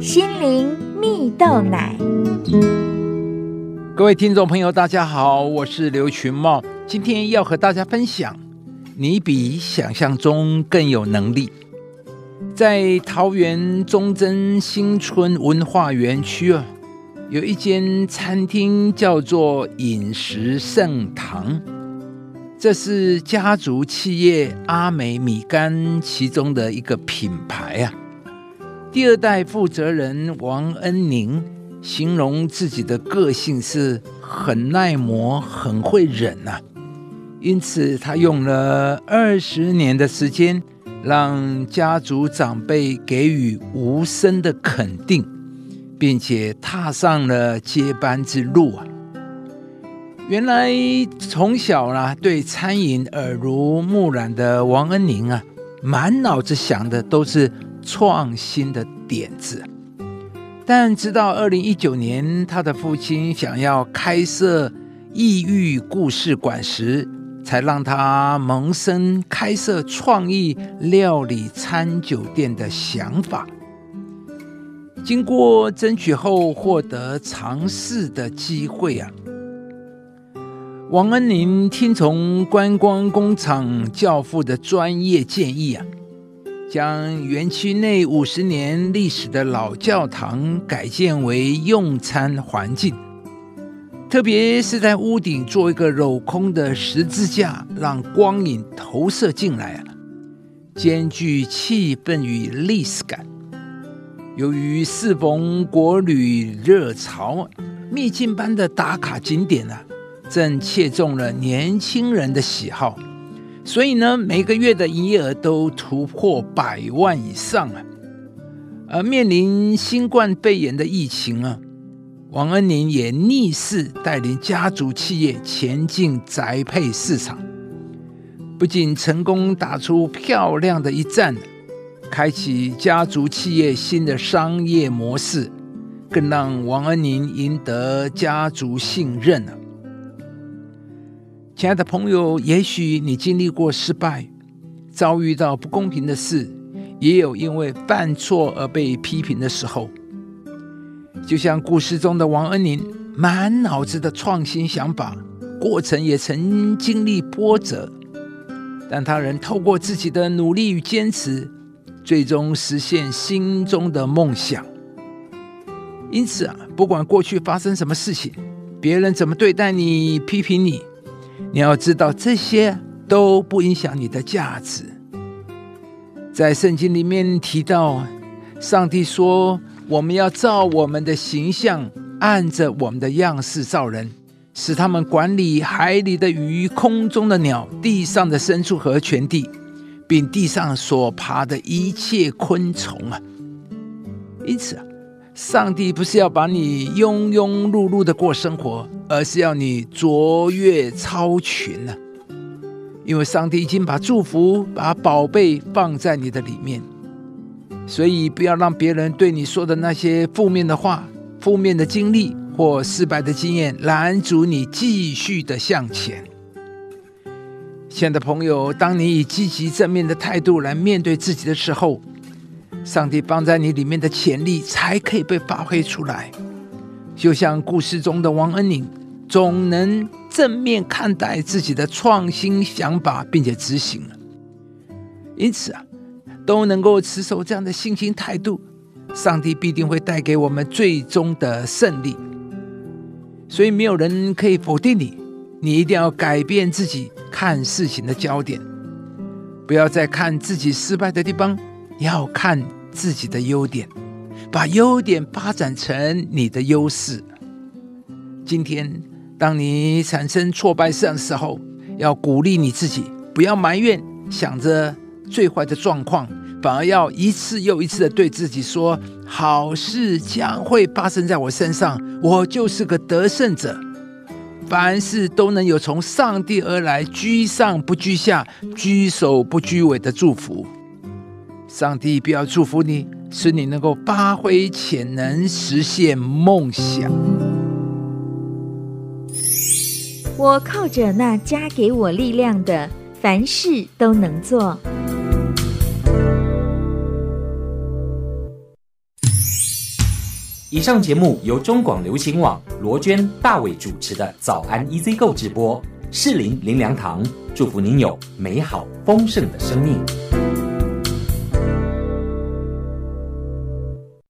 心灵蜜豆奶。 各位听众朋友大家好，我是刘群茂，今天要和大家分享你比想象中更有能力。在桃园中正新村文化园区有一间餐厅叫做饮食盛堂，这是家族企业阿美米干其中的一个品牌第二代负责人王恩宁形容自己的个性是很耐磨很会忍因此他用了20年的时间让家族长辈给予无声的肯定，并且踏上了接班之路原来从小对餐饮耳濡目染的王恩宁满脑子想的都是创新的点子，但直到2019年他的父亲想要开设异域故事馆时，才让他萌生开设创意料理餐酒店的想法。经过争取后获得尝试的机会王恩宁听从观光工厂教父的专业建议将园区内50年历史的老教堂改建为用餐环境，特别是在屋顶做一个镂空的十字架，让光影投射进来兼具气氛与历史感。由于适逢国旅热潮，秘境般的打卡景点正切中了年轻人的喜好，所以每个月的营业额都突破100万以上而面临新冠肺炎的疫情王恩宁也逆势带领家族企业前进宅配市场，不仅成功打出漂亮的一战，开启家族企业新的商业模式，更让王恩宁赢得家族信任亲爱的朋友，也许你经历过失败，遭遇到不公平的事，也有因为犯错而被批评的时候。就像故事中的王恩宁，满脑子的创新想法，过程也曾经历波折，但他仍透过自己的努力与坚持，最终实现心中的梦想。因此不管过去发生什么事情，别人怎么对待你、批评你，你要知道这些都不影响你的价值。在圣经里面提到，上帝说我们要照我们的形象，按着我们的样式造人，使他们管理海里的鱼、空中的鸟、地上的牲畜和全地，并地上所爬的一切昆虫因此上帝不是要把你庸庸碌碌的过生活，而是要你卓越超群因为上帝已经把祝福、把宝贝放在你的里面，所以不要让别人对你说的那些负面的话、负面的经历或失败的经验拦阻你继续的向前。亲爱的朋友，当你以积极正面的态度来面对自己的时候，上帝放在你里面的潜力才可以被发挥出来。就像故事中的王恩宁，总能正面看待自己的创新想法，并且执行因此都能够持守这样的信心态度，上帝必定会带给我们最终的胜利。所以没有人可以否定你，你一定要改变自己看事情的焦点，不要再看自己失败的地方，要看自己的优点，把优点发展成你的优势。今天当你产生挫败的时候，要鼓励你自己，不要埋怨，想着最坏的状况，反而要一次又一次的对自己说，好事将会发生在我身上，我就是个得胜者。凡事都能有从上帝而来，居上不居下，居首不居尾的祝福。上帝必要祝福你，使你能够发挥潜能，实现梦想。 我靠着那加给我力量的，凡事都能做。 以上节目由中广流行网罗娟、大伟主持的早安 EZ 购直播，士林林良堂祝福您有美好丰盛的生命。